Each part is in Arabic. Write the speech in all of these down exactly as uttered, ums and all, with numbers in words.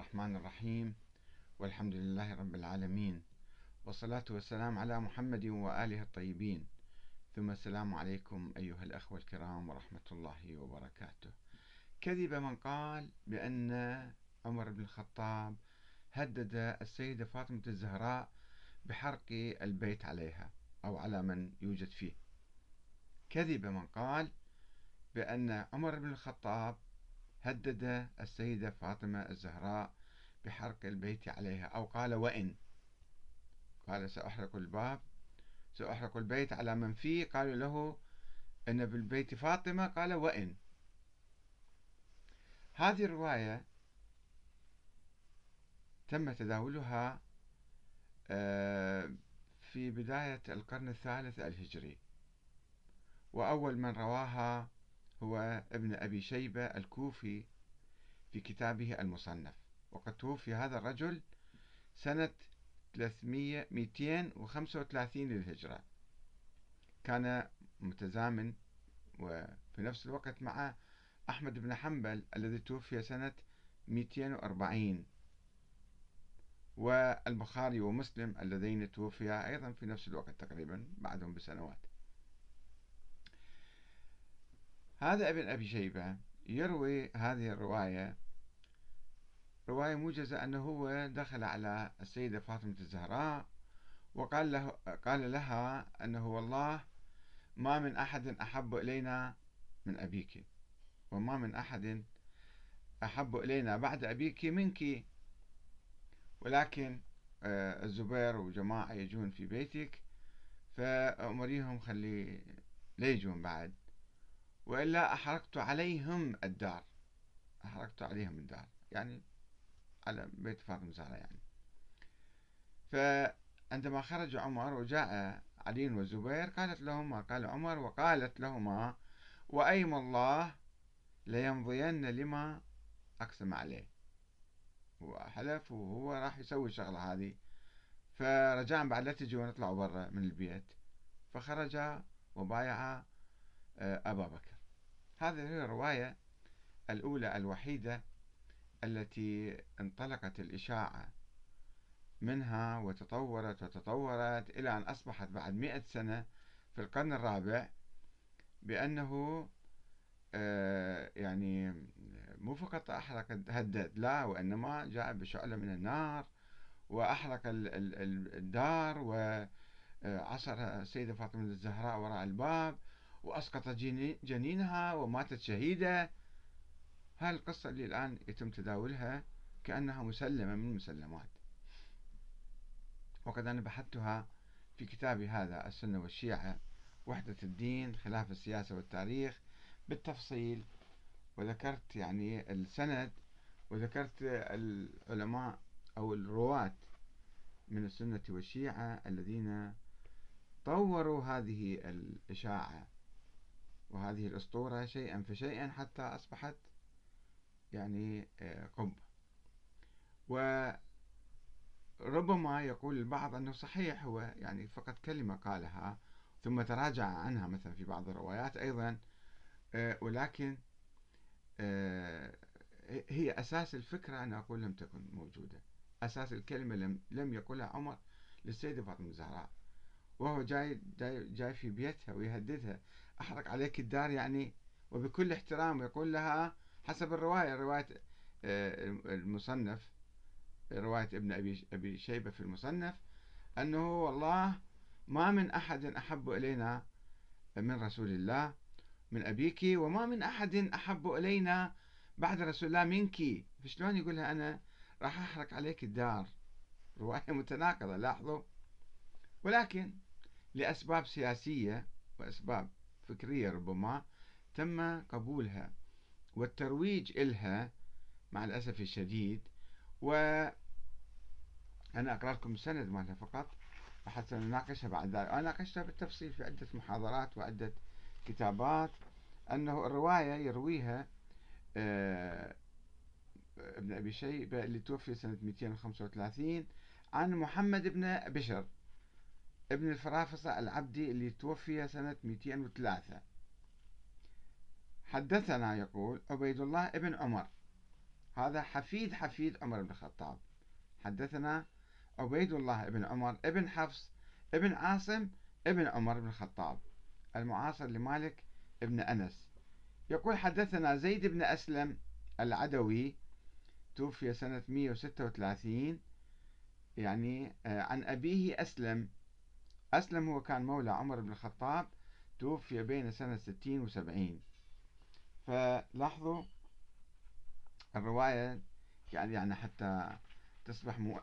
الرحمن الرحيم، والحمد لله رب العالمين، والصلاة والسلام على محمد وآله الطيبين، ثم السلام عليكم أيها الأخوة الكرام ورحمة الله وبركاته. كذب من قال بأن عمر بن الخطاب هدد السيدة فاطمة الزهراء بحرق البيت عليها أو على من يوجد فيه. كذب من قال بأن عمر بن الخطاب هدد السيدة فاطمة الزهراء بحرق البيت عليها، أو قال وإن قال سأحرق الباب سأحرق البيت على من فيه، قالوا له إن بالبيت فاطمة، قال وإن. هذه الرواية تم تداولها في بداية القرن الثالث الهجري، وأول من رواها هو ابن أبي شيبة الكوفي في كتابه المصنف، وقد توفي هذا الرجل سنة مئتين وخمسة وثلاثين للهجرة. كان متزامن وفي نفس الوقت مع أحمد بن حنبل الذي توفي سنة مئتين وأربعين، والبخاري ومسلم اللذين توفيا أيضا في نفس الوقت تقريبا بعدهم بسنوات. هذا ابن أبي شيبة يروي هذه الرواية، رواية موجزة، أنه هو دخل على السيدة فاطمة الزهراء وقال له قال لها أنه والله ما من أحد أحب إلينا من أبيك، وما من أحد أحب إلينا بعد أبيك منك، ولكن الزبير وجماعة يجون في بيتك فأمريهم خلي لا يجون بعد، وإلا أحرقت عليهم الدار أحرقت عليهم الدار يعني على بيت فاطمة الزهراء يعني. فعندما خرج عمر وجاء علي والزبير قالت لهما قال عمر وقالت لهما وأيم الله ليمضين لما أقسم عليه، وحلف وهو راح يسوي الشغلة هذه. فرجعنا بعد لا تجي ونطلعوا برا من البيت، فخرج وبايع أبا بكر. هذه هي الرواية الأولى الوحيدة التي انطلقت الإشاعة منها وتطورت وتطورت إلى أن أصبحت بعد مئة سنة في القرن الرابع بأنه يعني مو فقط أحرق هدد، لا، وإنما جاء بشعلة من النار وأحرق الدار وعصر السيدة فاطمة الزهراء وراء الباب وأسقط جنينها وماتت شهيدة. هاي القصة اللي الآن يتم تداولها كأنها مسلمة من المسلمات، وقد أنا بحثتها في كتابي هذا السنة والشيعة، وحدة الدين، خلاف السياسة والتاريخ، بالتفصيل، وذكرت يعني السند، وذكرت العلماء أو الرواة من السنة والشيعة الذين طوروا هذه الإشاعة وهذه الأسطورة شيئا فشيئا حتى أصبحت يعني قبة. وربما يقول البعض أنه صحيح هو يعني فقط كلمة قالها ثم تراجع عنها مثلا في بعض الروايات أيضا، ولكن هي أساس الفكرة أنا أقول لم تكن موجودة. أساس الكلمة لم لم يقولها عمر للسيدة فاطمة الزهراء وهو جاي جاي جاي في بيتها ويهددها أحرق عليك الدار يعني، وبكل احترام يقول لها حسب الرواية رواية المصنف، رواية ابن أبي أبي شيبة في المصنف، أنه والله ما من أحد أحب إلينا من رسول الله من أبيك، وما من أحد أحب إلينا بعد رسول الله منك. فشلون يقولها أنا راح أحرق عليك الدار؟ رواية متناقضة، لاحظوا. ولكن لأسباب سياسية وأسباب فكرية ربما تم قبولها والترويج إلها مع الأسف الشديد. وأنا أقرأ لكم السند مالها فقط حتى نناقشها بعد ذلك. أنا ناقشتها بالتفصيل في عدة محاضرات وعدة كتابات، أنه الرواية يرويها ابن أبي شيبة اللي توفي سنة مئتين وخمسة وثلاثين عن محمد بن بشر ابن الفرافصة العبدي اللي توفي سنة مئتين وثلاثة. حدثنا يقول عبيد الله ابن عمر، هذا حفيد حفيد عمر بن الخطاب. حدثنا عبيد الله بن عمر ابن حفص ابن عاصم ابن عمر بن الخطاب المعاصر لمالك ابن أنس، يقول حدثنا زيد بن أسلم العدوي، توفي سنة مئة وستة وثلاثين، يعني عن أبيه أسلم. أسلم هو كان مولى عمر بن الخطاب، توفي بين سنة ستين وسبعين. فلاحظوا الرواية يعني يعني حتى تصبح مو...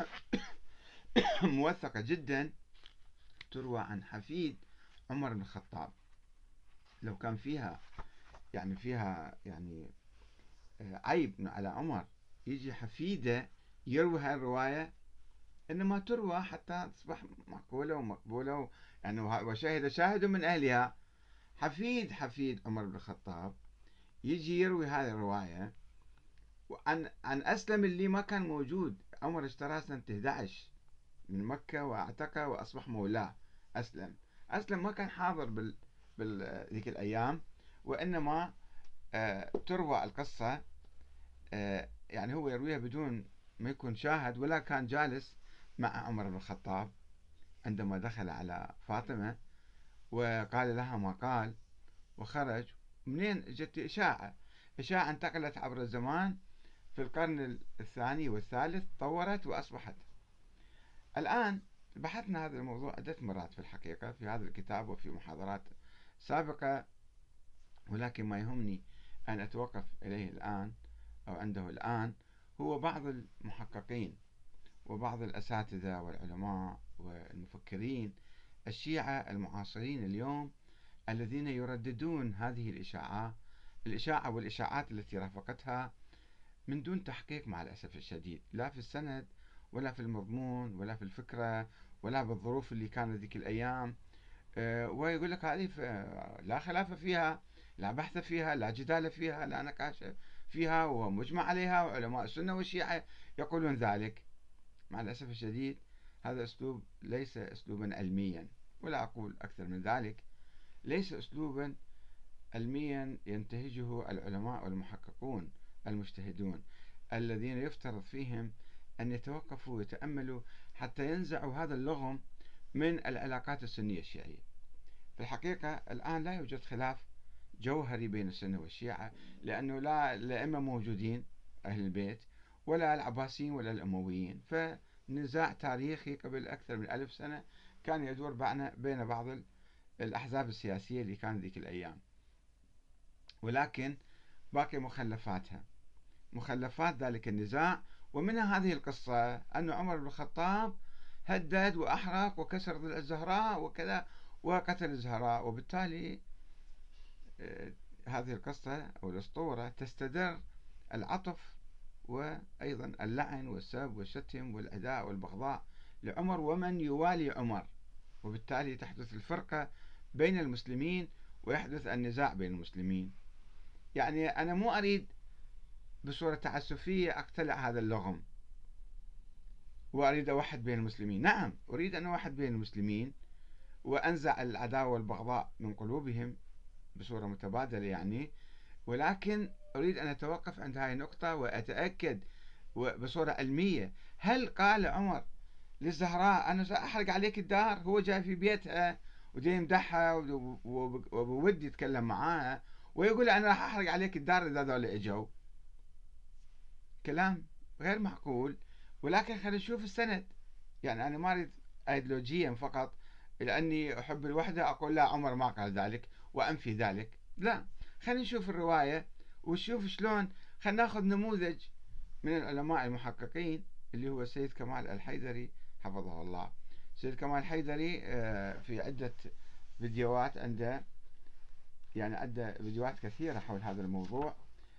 موثقة جدا، تروى عن حفيد عمر بن الخطاب. لو كان فيها يعني فيها يعني عيب على عمر، يجي حفيده يروي هاي الرواية، إنما تروى حتى تصبح معقولة ومقبولة، يعني وشاهد شاهد من أهلها. حفيد حفيد عمر بن الخطاب يجي يروي هذه الرواية عن عن أسلم اللي ما كان موجود. عمر اشتراه سنة أحد عشر من مكة واعتقه وأصبح مولاه. أسلم أسلم ما كان حاضر بال بال ذيك الأيام، وإنما آه تروى القصة، آه يعني هو يرويها بدون ما يكون شاهد، ولا كان جالس مع عمر بن الخطاب عندما دخل على فاطمة وقال لها ما قال وخرج. منين جت إشاعة؟ إشاعة انتقلت عبر الزمان في القرن الثاني والثالث، طورت وأصبحت. الآن بحثنا هذا الموضوع عدة مرات في الحقيقة في هذا الكتاب وفي محاضرات سابقة، ولكن ما يهمني أن أتوقف إليه الآن أو عنده الآن هو بعض المحققين وبعض الأساتذة والعلماء والمفكرين الشيعة المعاصرين اليوم الذين يرددون هذه الإشاعات الإشاعة والإشاعات التي رافقتها من دون تحقيق مع الأسف الشديد، لا في السند ولا في المضمون ولا في الفكرة ولا بالظروف اللي كانت ذيك الأيام. ويقول لك هذه لا خلاف فيها، لا بحث فيها، لا جدال فيها، لا نقاش فيها، ومجمع عليها، وعلماء السنة والشيعة يقولون ذلك. مع الأسف الشديد هذا أسلوب ليس أسلوبا علميا، ولا أقول أكثر من ذلك، ليس أسلوبا علميا ينتهجه العلماء والمحققون المجتهدون الذين يفترض فيهم أن يتوقفوا ويتأملوا حتى ينزعوا هذا اللغم من العلاقات السنية الشيعية. في الحقيقة الآن لا يوجد خلاف جوهري بين السنة والشيعة، لأنه لا الأئمة موجودين أهل البيت، ولا العباسيين ولا الأمويين، فنزاع تاريخي قبل أكثر من ألف سنة كان يدور بين بعض الأحزاب السياسية اللي كانت ذيك الأيام، ولكن باقي مخلفاتها، مخلفات ذلك النزاع. ومنها هذه القصة أن عمر بن الخطاب هدد وأحرق وكسر ضلع الزهراء وكذا وقتل الزهراء، وبالتالي هذه القصة أو الأسطورة تستدر العطف وأيضا اللعن والسب والشتم والعداء والبغضاء لعمر ومن يوالي عمر، وبالتالي تحدث الفرقة بين المسلمين ويحدث النزاع بين المسلمين. يعني أنا مو أريد بصورة تعسفية أقتلع هذا اللغم وأريد أوحد بين المسلمين، نعم أريد أن أوحد بين المسلمين وأنزع العداوة والبغضاء من قلوبهم بصورة متبادلة يعني، ولكن أريد أن أتوقف عند هذه النقطة وأتأكد بصورة علمية، هل قال عمر للزهراء أنا سأحرق عليك الدار؟ هو جاي في بيتها ودي يمدحها وبودي يتكلم معاها ويقول أنا راح أحرق عليك الدار إذا ذول إجوا؟ كلام غير معقول. ولكن خلينا نشوف السند. يعني أنا ما أريد أيديولوجيا فقط لأني أحب الوحدة أقول لا عمر ما قال ذلك وأنفي ذلك، لا، خلينا نشوف الرواية ونشوف شلون. خلينا ناخذ نموذج من العلماء المحققين اللي هو السيد كمال الحيدري حفظه الله. السيد كمال الحيدري في عدة فيديوهات عنده، يعني عنده فيديوهات كثيرة حول هذا الموضوع،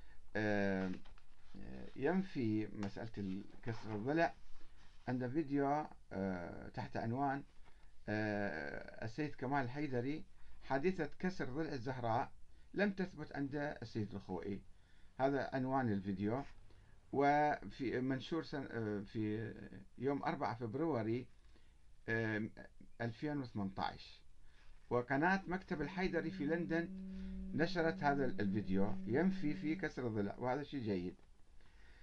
ينفي مسألة كسر الضلع. عنده فيديو تحت عنوان السيد كمال الحيدري حادثة كسر ضلع الزهراء لم تثبت عند السيد الخوئي، هذا عنوان الفيديو، وفي منشور في يوم أربعة فبراير ألفين وثمانية عشر. وقناة مكتب الحيدري في لندن نشرت هذا الفيديو ينفي فيه كسر الضلع، وهذا شيء جيد.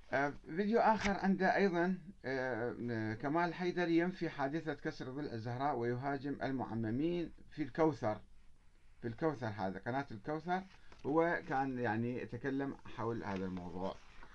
آه، فيديو آخر عنده أيضا آه، كمال حيدر ينفي حادثة كسر ضلع الزهراء ويهاجم المعممين في الكوثر. في الكوثر، هذا قناة الكوثر، هو كان يعني يتكلم حول هذا الموضوع،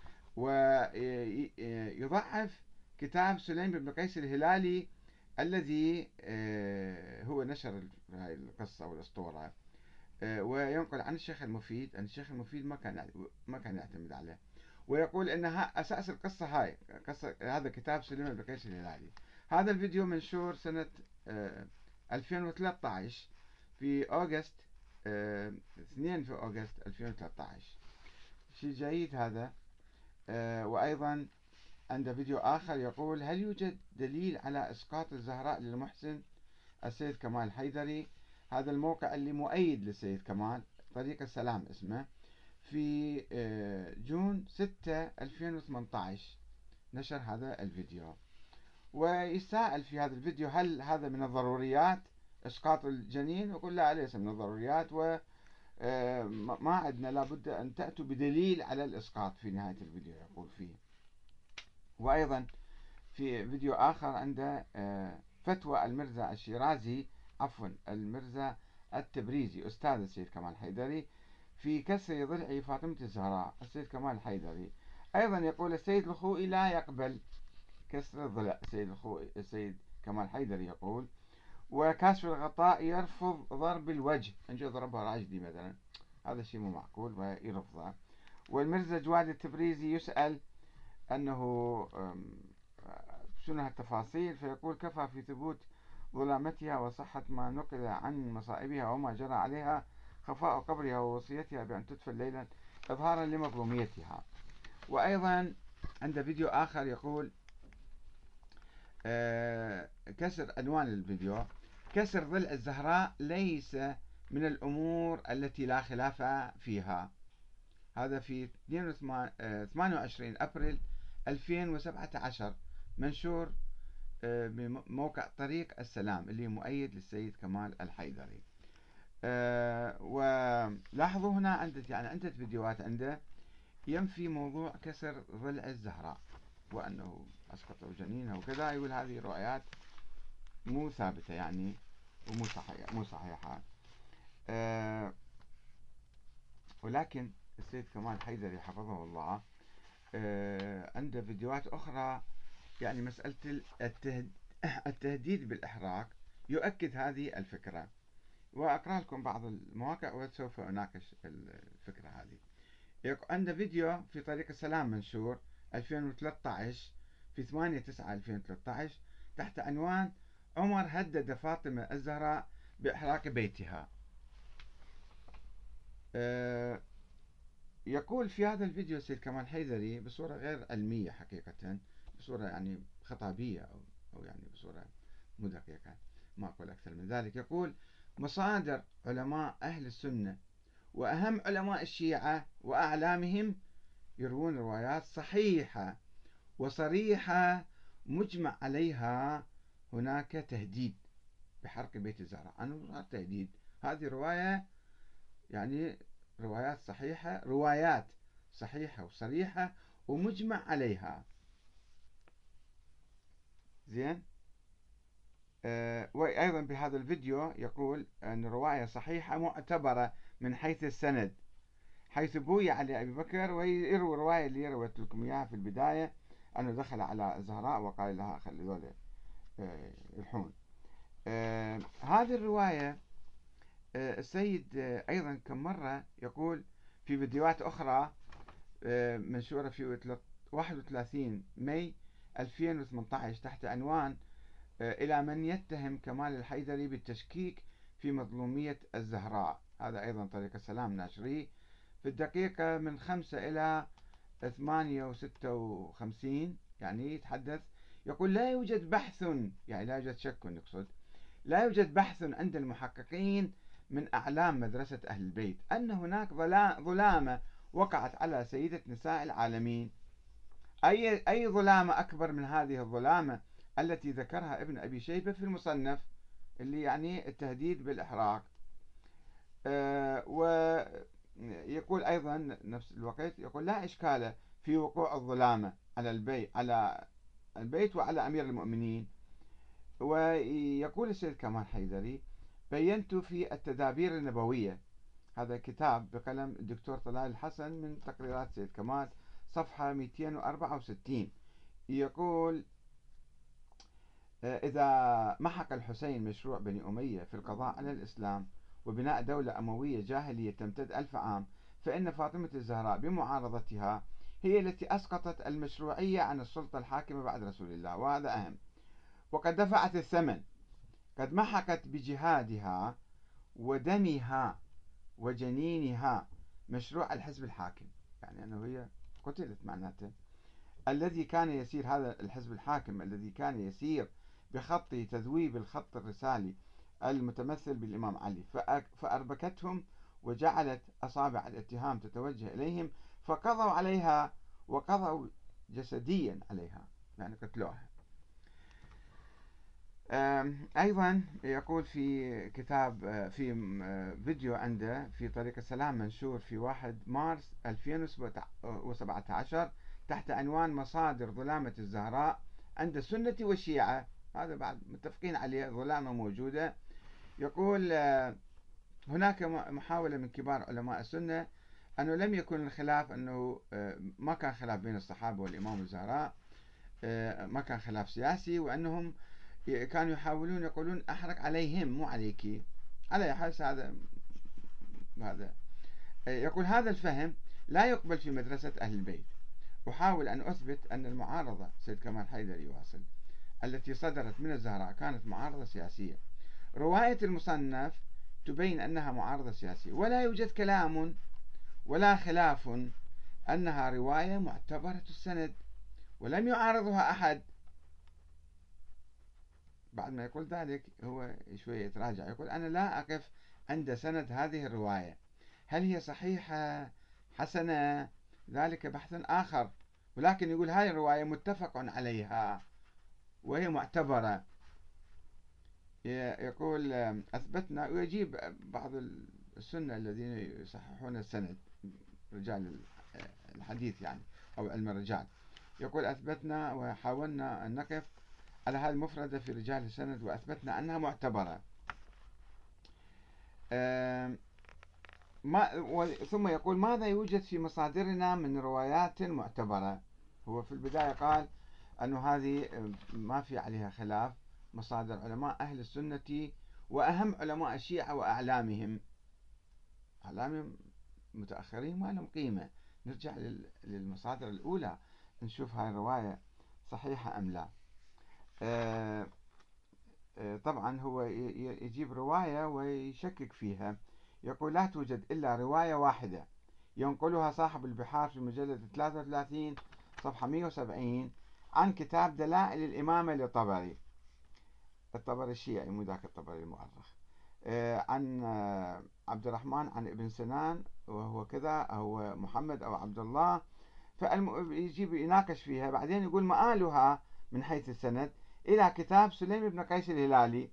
ويضعف كتاب سليم بن قيس الهلالي الذي آه، هو نشر هذه القصة والأسطورة، آه، وينقل عن الشيخ المفيد أن الشيخ المفيد ما كان ما كان يعتمد عليه، ويقول أنها أساس القصة هاي قصة هذا كتاب سليم بن قيس الهلالي. هذا الفيديو منشور سنة آه، ألفين وثلاثة عشر في أوغست، آه، اثنين في أوغست ألفين وثلاثة عشر. شيء جيد هذا. آه، وأيضا عنده فيديو آخر يقول: هل يوجد دليل على إسقاط الزهراء للمحسن السيد كمال حيدري؟ هذا الموقع اللي مؤيد للسيد كمال، طريق السلام اسمه، في آه، جون ستة ألفين وثمانية عشر نشر هذا الفيديو، ويسأل في هذا الفيديو: هل هذا من الضروريات إسقاط الجنين؟ يقول: لا، ليس من الضروريات، و آه، ما عندنا، لابد أن تأتوا بدليل على الإسقاط. في نهاية الفيديو يقول فيه. وأيضا في فيديو آخر عنده آه، فتوى المرزا الشيرازي، عفوا المرزا التبريزي أستاذ السيد كمال حيدري، في كسر ضلع فاطمة الزهراء. السيد كمال حيدري أيضا يقول: السيد الخوئي لا يقبل كسر الضلع. السيد الخوئي السيد كمال حيدري يقول: وكاشف الغطاء يرفض ضرب الوجه، أن ضربها راشدي مثلا، هذا الشيء مو معقول ويرفضه. والمرزا جواد التبريزي يسأل أنه شنو هالتفاصيل، فيقول: كفى في ثبوت ظلامتها وصحة ما نقل عن مصائبها وما جرى عليها خفاء قبرها ووصيتها بأن تدفن ليلا إظهارا لمظلوميتها. وأيضا عند فيديو آخر يقول آه كسر عنوان الفيديو: كسر ضلع الزهراء ليس من الأمور التي لا خلاف فيها. هذا في ثمانية وعشرين أبريل ألفين وسبعة عشر، منشور بموقع طريق السلام اللي مؤيد للسيد كمال الحيدري. أه ولاحظوا هنا عدة يعني عدة فيديوهات عنده ينفي موضوع كسر ضلع الزهراء وأنه أسقطوا جنينها وكذا، يقول هذه روايات مو ثابتة يعني ومو صحيحة مو صحيحة. أه ولكن السيد كمال حيدري حفظه الله أه عنده فيديوهات أخرى، يعني مسألة التهديد بالإحراق يؤكد هذه الفكرة، وأقرأ لكم بعض المواقع وسوف أناقش الفكرة هذه. عنده فيديو في طريق السلام منشور ألفين وثلاثة عشر في ثمانية تسعة ألفين وثلاثة عشر تحت عنوان: عمر هدد فاطمة الزهراء بإحراق بيتها. أه يقول في هذا الفيديو السيد كمال حيدري بصورة غير علمية حقيقة، بصورة يعني خطابية أو, أو يعني بصورة مو دقيقة، ما أقول أكثر من ذلك. يقول: مصادر علماء أهل السنة وأهم علماء الشيعة وأعلامهم يروون روايات صحيحة وصريحة مجمع عليها هناك تهديد بحرق بيت الزهراء. أنا تهديد، هذه رواية يعني روايات صحيحة، روايات صحيحة وصريحة ومجمع عليها. زين. آه وأيضا بهذا الفيديو يقول أن رواية صحيحة معتبرة من حيث السند، حيث بوي على أبي بكر، ويروي رواية اللي رويت لكم إياها في البداية أنه دخل على الزهراء وقال لها خلي ذولا آه يلحون. آه هذه الرواية آه السيد آه أيضا كم مرة يقول في فيديوهات أخرى آه منشورة في واحد وثلاثين ماي ألفين وثمانية عشر تحت عنوان: إلى من يتهم كمال الحيدري بالتشكيك في مظلومية الزهراء. هذا أيضا طريق السلام ناشري في الدقيقة من خمسة إلى ثمانية وستة وخمسين، يعني يتحدث يقول: لا يوجد بحث، يعني لا يوجد شك نقصد، لا يوجد بحث عند المحققين من أعلام مدرسة أهل البيت أن هناك ظلامة وقعت على سيدة نساء العالمين. أي أي ظلامة أكبر من هذه الظلامة التي ذكرها ابن أبي شيبة في المصنف، اللي يعني التهديد بالإحراق. أه ويقول أيضا نفس الوقت، يقول: لا إشكال في وقوع الظلامة على البيت على البيت وعلى أمير المؤمنين. ويقول السيد كمال حيدري: بينت في التدابير النبوية، هذا كتاب بقلم الدكتور طلال الحسن من تقريرات السيد كمال، صفحة مئتين وأربعة وستين، يقول: إذا محق الحسين مشروع بني أمية في القضاء على الإسلام وبناء دولة أموية جاهلية تمتد ألف عام، فإن فاطمة الزهراء بمعارضتها هي التي أسقطت المشروعية عن السلطة الحاكمة بعد رسول الله، وهذا أهم، وقد دفعت الثمن، قد محقت بجهادها ودمها وجنينها مشروع الحزب الحاكم، يعني أنه هي قتلت معناته، الذي كان يسير، هذا الحزب الحاكم الذي كان يسير بخط تذويب الخط الرسالي المتمثل بالإمام علي، فأربكتهم وجعلت أصابع الاتهام تتوجه إليهم، فقضوا عليها وقضوا جسديا عليها، يعني قتلوها. أيضا يقول في كتاب، في فيديو عنده في طريق السلام منشور في واحد مارس ألفين وسبعة عشر تحت عنوان مصادر ظلامة الزهراء عند السنة والشيعة، هذا بعد متفقين عليه، ظلامة موجودة. يقول: هناك محاولة من كبار علماء السنة أنه لم يكن الخلاف، أنه ما كان خلاف بين الصحابة والإمام الزهراء، ما كان خلاف سياسي، وأنهم كانوا يحاولون يقولون أحرق عليهم مو عليك، على حال هذا هذا يقول: هذا الفهم لا يقبل في مدرسة أهل البيت. أحاول أن أثبت أن المعارضة، سيد كمال حيدري يواصل، التي صدرت من الزهراء كانت معارضة سياسية. رواية المصنف تبين أنها معارضة سياسية، ولا يوجد كلام ولا خلاف أنها رواية معتبرة السند ولم يعارضها أحد. بعد ما يقول ذلك هو شوية يتراجع، يقول: أنا لا أقف عند سند هذه الرواية، هل هي صحيحة حسنة ذلك بحث آخر، ولكن يقول هذه الرواية متفق عليها وهي معتبرة. يقول: أثبتنا، ويجيب بعض السنة الذين يصححون السند، رجال الحديث يعني أو علم الرجال، يقول: أثبتنا وحاولنا أن نقف على هذه المفردة في رجال السند وأثبتنا أنها معتبرة. ما ثم يقول: ماذا يوجد في مصادرنا من روايات معتبرة؟ هو في البداية قال أنه هذه ما في عليها خلاف، مصادر علماء أهل السنة وأهم علماء الشيعة وأعلامهم، أعلامهم متأخرين ما لهم قيمة، نرجع للمصادر الأولى نشوف هاي الرواية صحيحة أم لا. طبعا هو يجيب رواية ويشكك فيها، يقول: لا توجد إلا رواية واحدة ينقلها صاحب البحار في مجلد ثلاثة وثلاثين صفحة مئة وسبعين عن كتاب دلائل الإمامة للطبري، الطبري الشيعي مو ذاك الطبري المؤرخ، عن عبد الرحمن عن ابن سنان وهو كذا، أو محمد أو عبد الله، فيجيب يناقش فيها، بعدين يقول مآلها من حيث السند إلى كتاب سليم بن قيس الهلالي،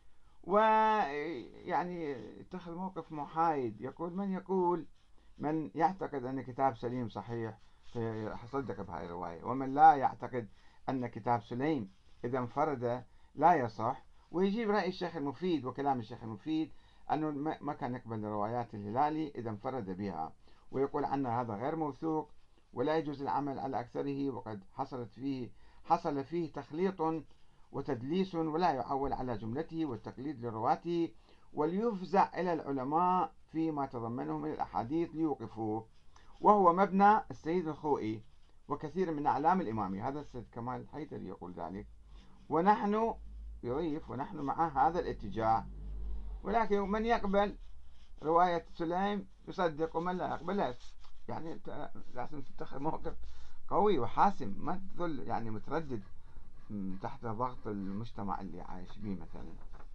ويعني يتخذ موقف محايد، يقول: من يقول من يعتقد أن كتاب سليم صحيح فيصدق بهاي الرواية، ومن لا يعتقد أن كتاب سليم إذا انفرد لا يصح. ويجيب رأي الشيخ المفيد وكلام الشيخ المفيد أنه ما كان يقبل روايات الهلالي إذا انفرد بها، ويقول عنه هذا غير موثوق ولا يجوز العمل على أكثره، وقد حصلت فيه حصل فيه تخليط وتدليس، ولا يعول على جملته والتقليد لرواته، وليفزع إلى العلماء فيما تضمنه من الأحاديث ليوقفوه، وهو مبنى السيد الخوئي وكثير من أعلام الإمامية. هذا السيد كمال حيدري يقول ذلك، ونحن يضيف: ونحن مع هذا الاتجاه، ولكن من يقبل رواية سليم يصدق ومن لا يقبل، يعني لازم تتخذ موقف قوي وحاسم، ما تظل يعني متردد تحت ضغط المجتمع اللي عايش به مثلا.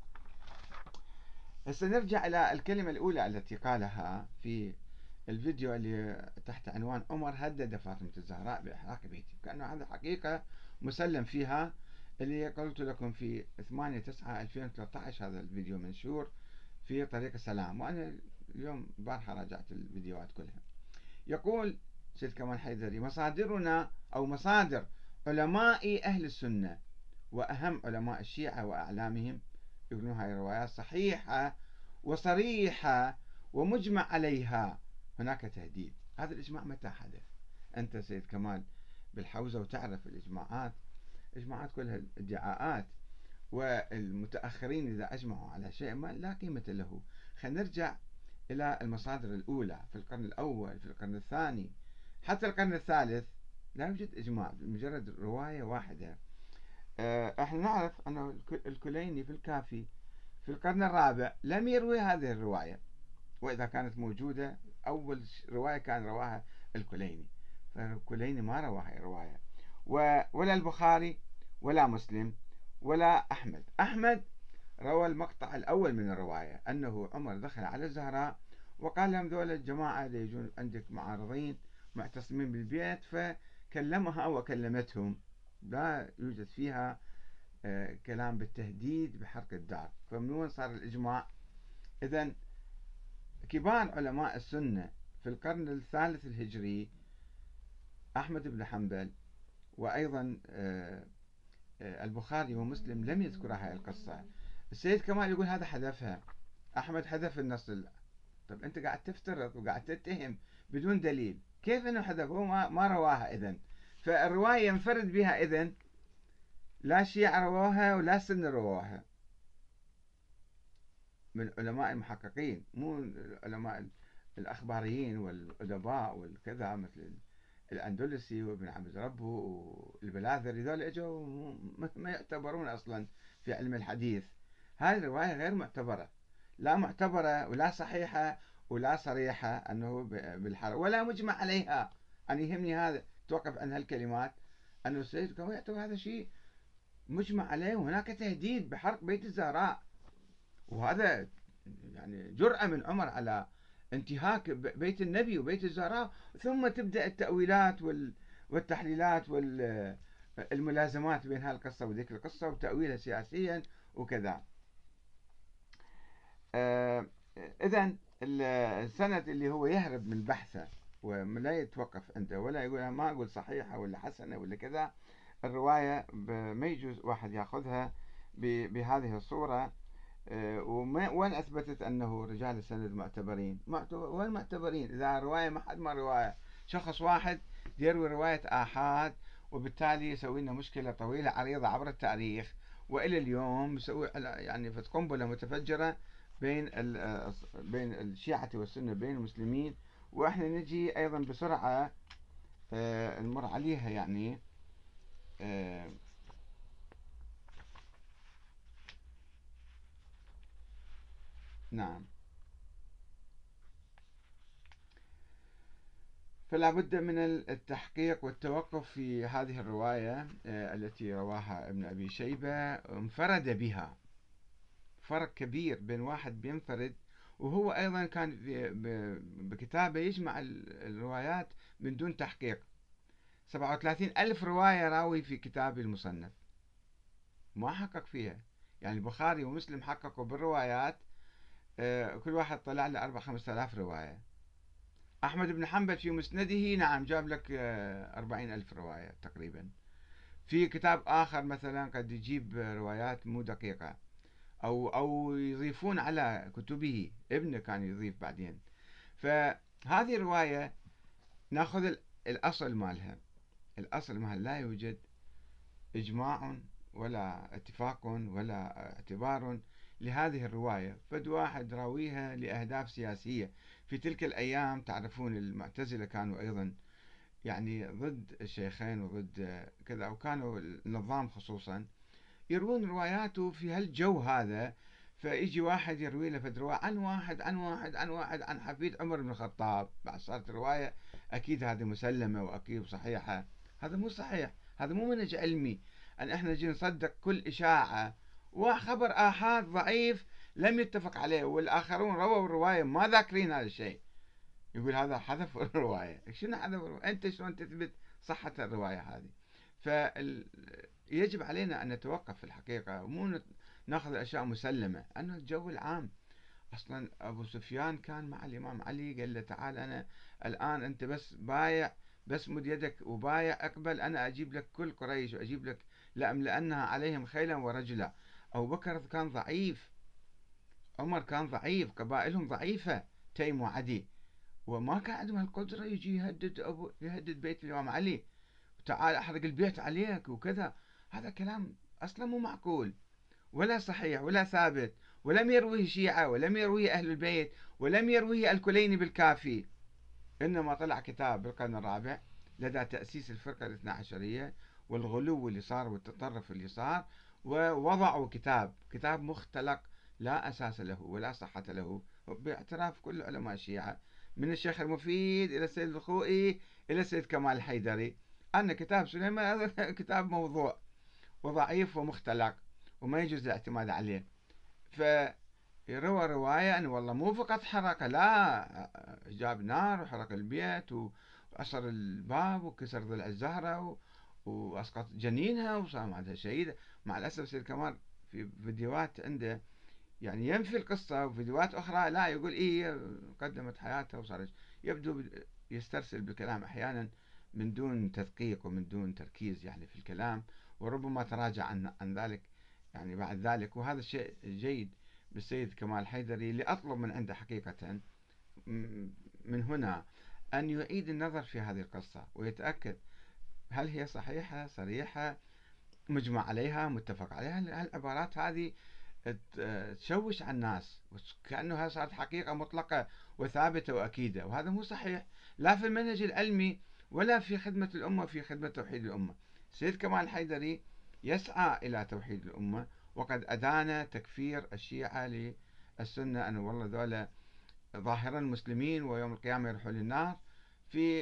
هسه نرجع إلى الكلمة الأولى التي قالها في الفيديو اللي تحت عنوان: عمر هدد فاطمة الزهراء بإحراق بيتي، كأنه هذا حقيقة مسلم فيها، اللي قلت لكم في ثمانية تسعة ألفين وثلاثة عشر هذا الفيديو منشور في طريق السلام، وأنا اليوم بارحة راجعت الفيديوهات كلها. يقول سيد كمال حيدري: مصادرنا أو مصادر علماء أهل السنة وأهم علماء الشيعة وأعلامهم يقولون هاي الروايات صحيحة وصريحة ومجمع عليها، هناك تهديد. هذا الإجماع متى حدث؟ أنت سيد كمال بالحوزة وتعرف الإجماعات، إجماعات كلها ادعاءات، والمتأخرين إذا أجمعوا على شيء ما لا قيمة له. خلينا نرجع إلى المصادر الأولى في القرن الأول، في القرن الثاني، حتى القرن الثالث لا يوجد إجماع بمجرد رواية واحدة. احنا نعرف أن الكليني في الكافي في القرن الرابع لم يروي هذه الرواية، وإذا كانت موجودة أول رواية كان رواها الكليني، فالكليني ما روى هذه الرواية، ولا البخاري ولا مسلم ولا أحمد. أحمد روى المقطع الأول من الرواية، أنه عمر دخل على الزهراء وقال لهم: ذولا الجماعة اللي يجون عندك معارضين معتصمين بالبيت، فكلمها وكلمتهم، لا يوجد فيها كلام بالتهديد بحرق الدار. فمن وين صار الإجماع؟ إذن كبار علماء السنة في القرن الثالث الهجري أحمد بن حنبل وأيضا البخاري ومسلم لم يذكر هذه القصة. السيد كمال يقول هذا حذفها، أحمد حذف النص. طب أنت قاعد تفترض وقاعد تتهم بدون دليل، كيف أنه حذفه ما, ما رواها؟ إذن فالرواية ينفرد بها، إذن لا شيعة رواها ولا سنة رواها من علماء المحققين، مو العلماء الأخباريين والأدباء والكذا مثل الأندلسي وابن عبد ربه والبلاذري، ذول اجوا ما يعتبرون أصلا في علم الحديث. هذه الرواية غير معتبرة، لا معتبرة ولا صحيحة ولا صريحة أنه بالحرق ولا مجمع عليها. أنا يهمني هذا، توقف عن هالكلمات، أنه السيد كمان يعتبر هذا شيء مجمع عليه، وهناك تهديد بحرق بيت الزهراء، وهذا يعني جرأة من عمر على انتهاك بيت النبي وبيت الزهراء. ثم تبدأ التأويلات والتحليلات والملازمات بين هالقصة وذيك القصة وتأويلها سياسيا وكذا. إذن السند اللي هو يهرب من بحثه ولا يتوقف عنده ولا يقول ما أقول صحيحة ولا حسنة ولا كذا، الرواية ما يجوز واحد يأخذها بهذه الصورة. وين أثبتت أنه رجال السند معتبرين؟ وين معتبرين؟ إذا رواية ما حد ما رواية، شخص واحد يروي رواية آحاد، وبالتالي يسوي لنا مشكلة طويلة عريضة عبر التاريخ، وإلى اليوم يسوي يعني قنبلة متفجرة بين بين الشيعة والسنة بين المسلمين. وإحنا نجي أيضا بسرعة نمر عليها يعني. نعم، فلا بد من التحقيق والتوقف في هذه الرواية التي رواها ابن أبي شيبة انفرد بها. فرق كبير بين واحد بينفرد، وهو أيضا كان بكتابه يجمع الروايات من دون تحقيق. سبعة وثلاثين ألف رواية راوي في كتابه المصنف ما حقق فيها، يعني البخاري ومسلم حققوا بالروايات، كل واحد طلع له أربع خمسة آلاف رواية. أحمد بن حنبل في مسنده نعم جاب لك أربعين ألف رواية تقريبا. في كتاب آخر مثلا قد يجيب روايات مو دقيقة، أو أو يضيفون على كتبه، ابنه كان يضيف بعدين. فهذه الرواية ناخذ الأصل مالها، الأصل مالها لا يوجد إجماع ولا اتفاق ولا اعتبار لهذه الرواية، فد واحد راويها لأهداف سياسية. في تلك الأيام تعرفون المعتزلة كانوا أيضا يعني ضد الشيخين وضد كذا، وكانوا النظام خصوصا يروون رواياته في هالجو هذا. فيجي واحد يروي له فد رواية عن واحد عن واحد عن واحد عن حفيد عمر بن الخطاب، بعد صارت رواية أكيد هذه مسلمة وأكيد صحيحة. هذا مو صحيح، هذا مو منهج علمي أن احنا نجي نصدق كل إشاعة وخبر آحاد ضعيف لم يتفق عليه والآخرون رووا الرواية ما ذاكرين هذا الشيء، يقول هذا حذف الرواية. شنو حذف الرواية؟ أنت شلون تثبت صحة الرواية هذه؟ فيجب علينا أن نتوقف في الحقيقة، ومو ناخذ الأشياء مسلمة. أنه الجو العام أصلا أبو سفيان كان مع الإمام علي قال له تعال أنا الآن أنت بس بايع بس مد يدك وبايع، اقبل أنا أجيب لك كل قريش وأجيب لك لأملأنها عليهم خيلا ورجلا. أبو بكر كان ضعيف، عمر كان ضعيف، قبائلهم ضعيفة، تيم وعدي، وما كان عندهم القدرة يجي يهدد أبو يهدد بيت الإمام علي، تعال أحرق البيت عليك وكذا. هذا كلام أصلا مو معقول ولا صحيح ولا ثابت، ولم يرويه الشيعة ولم يرويه أهل البيت ولم يرويه الكليني بالكافي. إنما طلع كتاب بالقرن الرابع لدى تأسيس الفرقة الاثنى عشرية والغلو اللي صار والتطرف اللي صار، ووضعوا كتاب كتاب مختلق لا أساس له ولا صحة له، باعتراف كل علماء الشيعة من الشيخ المفيد إلى السيد الخوئي إلى السيد كمال الحيدري، أن كتاب سليمان هذا كتاب موضوع وضعيف ومختلق وما يجوز الاعتماد عليه. فروى رواية أن والله مو فقط حرق، لا، جاب نار وحرق البيت وأسر الباب وكسر ضلع الزهرة وأسقط جنينها وصار عندها شهيدة. مع الأسف سيد كمال في فيديوهات عنده يعني ينفي القصة، وفيديوهات أخرى لا يقول إيه قدمت حياتها وصارت، يبدو يسترسل بالكلام أحيانا من دون تدقيق ومن دون تركيز يعني في الكلام، وربما تراجع عن عن ذلك يعني بعد ذلك. وهذا الشيء جيد بالسيد كمال حيدري اللي أطلب من عنده حقيقة من هنا أن يعيد النظر في هذه القصة ويتأكد هل هي صحيحة صريحة مجمع عليها متفق عليها. العبارات هذه تشوش على الناس كأنها صارت حقيقة مطلقة وثابتة وأكيدة، وهذا مو صحيح لا في المنهج العلمي ولا في خدمة الأمة في خدمة توحيد الأمة. سيد كمال الحيدري يسعى إلى توحيد الأمة، وقد أدان تكفير الشيعة للسنة أن والله ذولا ظاهرا المسلمين ويوم القيامة يروحون للنار في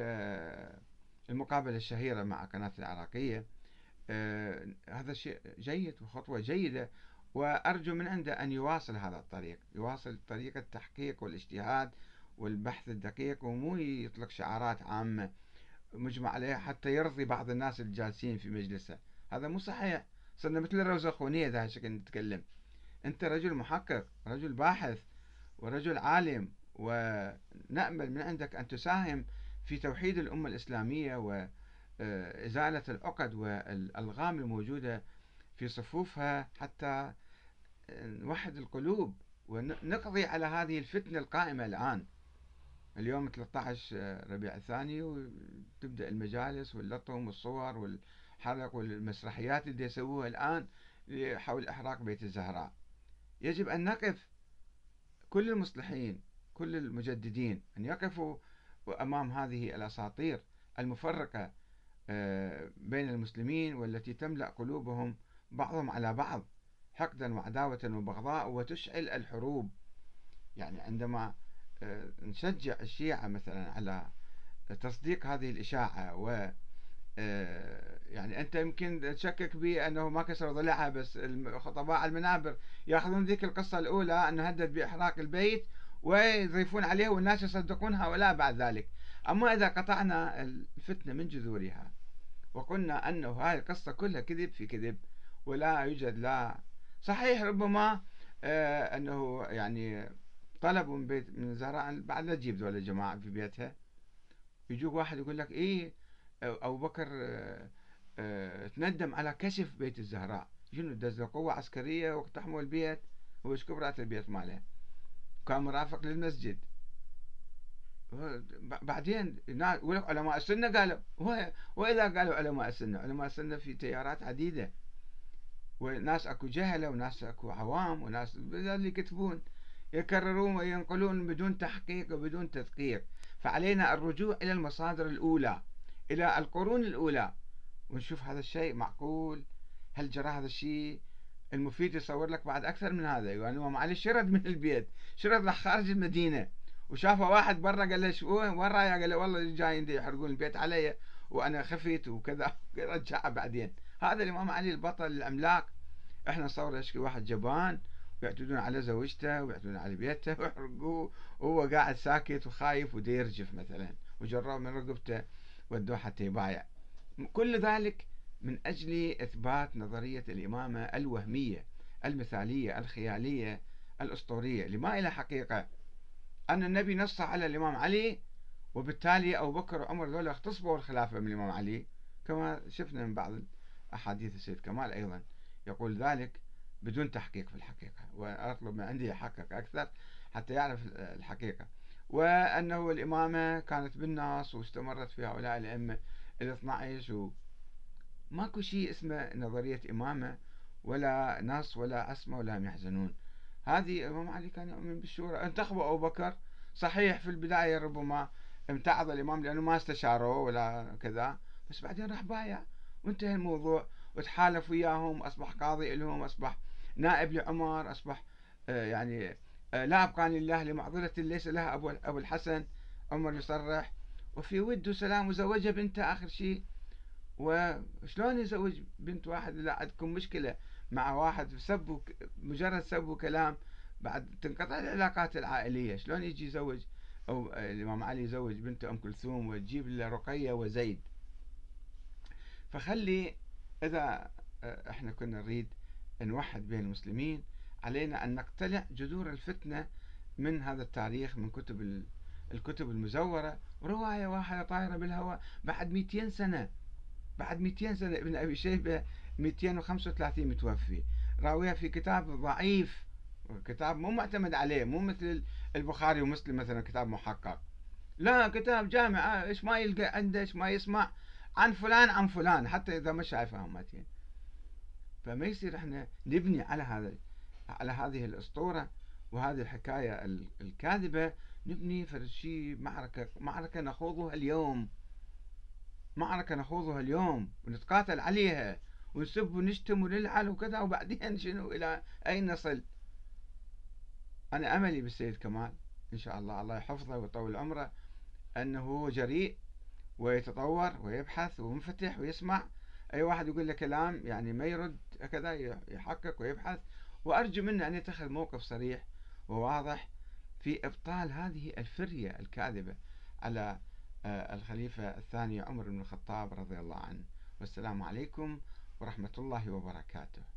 المقابلة الشهيرة مع قناة العراقية. آه هذا شيء جيد وخطوة جيدة، وأرجو من عنده أن يواصل هذا الطريق، يواصل طريق التحقيق والاجتهاد والبحث الدقيق، ومو يطلق شعارات عامة مجمع عليها حتى يرضي بعض الناس الجالسين في مجلسه. هذا مو صحيح، صرنا مثل الروزخونية ذا شكل نتكلم. أنت رجل محقق، رجل باحث، ورجل عالم، ونأمل من عندك أن تساهم في توحيد الأمة الإسلامية وإزالة العقد والألغام الموجودة في صفوفها حتى نوحد القلوب ونقضي على هذه الفتنة القائمة الآن. اليوم ثلاثة عشر ربيع الثاني وتبدأ المجالس واللطم والصور والحرق والمسرحيات اللي يسووها الآن حول إحراق بيت الزهراء. يجب أن نقف كل المصلحين كل المجددين أن يقفوا أمام هذه الأساطير المفرقة بين المسلمين، والتي تملأ قلوبهم بعضهم على بعض حقدا وعداوة وبغضاء وتشعل الحروب. يعني عندما نشجع الشيعة مثلا على تصديق هذه الإشاعة، و يعني أنت يمكن تشكك بي أنه ما كسر ضلعها، بس الخطباء على المنابر يأخذون ذيك القصة الأولى أنه هدد بإحراق البيت ويضيفون عليه والناس يصدقون هؤلاء بعد ذلك. أما إذا قطعنا الفتنة من جذورها وقلنا أنه هاي القصة كلها كذب في كذب ولا يوجد، لا صحيح ربما آه أنه يعني طلبوا من بيت من الزهراء بعد لا تجيب ذول الجماعة في بيتها، يجوك واحد يقول لك إيه أبو بكر آه آه تندم على كشف بيت الزهراء، شنو دز قوة عسكرية واقتحموا البيت، هو ايش كبرات البيت ماله، كان مرافق للمسجد. بعدين يقول لك علماء السنة قالوا، وإذا قالوا علماء السنة، علماء السنة في تيارات عديدة، وناس اكو جهلة وناس اكو عوام وناس اللي يكتبون يكررون وينقلون بدون تحقيق وبدون تدقيق. فعلينا الرجوع إلى المصادر الأولى، إلى القرون الأولى، ونشوف هذا الشيء معقول، هل جرى هذا الشيء. المفيد يصور لك بعد أكثر من هذا، يعني الإمام علي شرد من البيت، شرد راح خارج المدينة وشافه واحد برا قال له شو وين رايح، قال له والله جايين يحرقون البيت علي وأنا خفيت وكذا، رجع بعدين. هذا الإمام علي البطل العملاق. احنا نصور اشكي واحد جبان ويعتدون على زوجته ويعتدون على بيته ويحرقوه وهو قاعد ساكت وخايف ودي يرجف مثلا، وجروه من رقبته ودوه حتى يبايع. كل ذلك من أجل إثبات نظرية الإمامة الوهمية المثالية الخيالية الأسطورية اللي ما إلى حقيقة. أن النبي نص على الإمام علي وبالتالي أبو بكر وعمر ذولا اغتصبوا الخلافة من الإمام علي، كما شفنا من بعض أحاديث السيد كمال أيضا يقول ذلك بدون تحقيق في الحقيقة، وأطلب من عندي يحقق أكثر حتى يعرف الحقيقة. وأنه الإمامة كانت بالنص واستمرت في هؤلاء الأئمة الاثنى عشر، وماكو شيء اسمه نظرية إمامة ولا نص ولا عصمة ولا هم يحزنون. هذه الإمام علي كان يؤمن بالشورى. انتخبوا أبو بكر، صحيح في البداية ربما امتعض الإمام لأنه ما استشاروه ولا كذا، بس بعدين راح بايع وانتهى الموضوع، وتحالف وياهم، أصبح قاضي لهم، أصبح نائب لعمر، أصبح آه يعني آه لا أبقى لله لمعضلة ليس لها أبو, أبو الحسن. عمر يصرح وفي ود وسلام، وزوجها بنته آخر شيء. وشلون يزوج بنت واحد إذا عندكم مشكلة مع واحد سب، مجرد سب وكلام، بعد تنقطع العلاقات العائلية، شلون يجي يزوج أو الإمام علي يزوج بنت أم كلثوم وتجيب له رقية وزيد؟ فخلي إذا إحنا كنا نريد نوحد بين المسلمين علينا أن نقتلع جذور الفتنة من هذا التاريخ، من كتب الكتب المزورة. رواية واحدة طايرة بالهواء بعد مئتين سنة، بعد مئتين سنة. ابن أبي شيبة مئتين وخمسة وثلاثين متوفي، راويها في كتاب ضعيف، كتاب مو معتمد عليه، مو مثل البخاري ومسلم مثلا كتاب محقق، لا كتاب جامع، ايش ما يلقى عنده، ايش ما يسمع عن فلان عن فلان، حتى اذا ما شايفها متين. فما يصير احنا نبني على هذا، على هذه الاسطوره وهذه الحكايه الكاذبه، نبني فرد شيء معركه، معركه نخوضها اليوم، معركة نخوضها اليوم ونتقاتل عليها ونسب ونشتم ونلعن وكذا، وبعدين شنو، إلى أين نصل؟ أنا أملي بالسيد كمال إن شاء الله، الله يحفظه ويطول عمره، أنه جريء ويتطور ويبحث ومنفتح ويسمع أي واحد يقول له كلام يعني ما يرد كذا، يحقق ويبحث. وأرجو منه أن يتخذ موقف صريح وواضح في إبطال هذه الفرية الكاذبة على الخليفة الثاني عمر بن الخطاب رضي الله عنه. والسلام عليكم ورحمة الله وبركاته.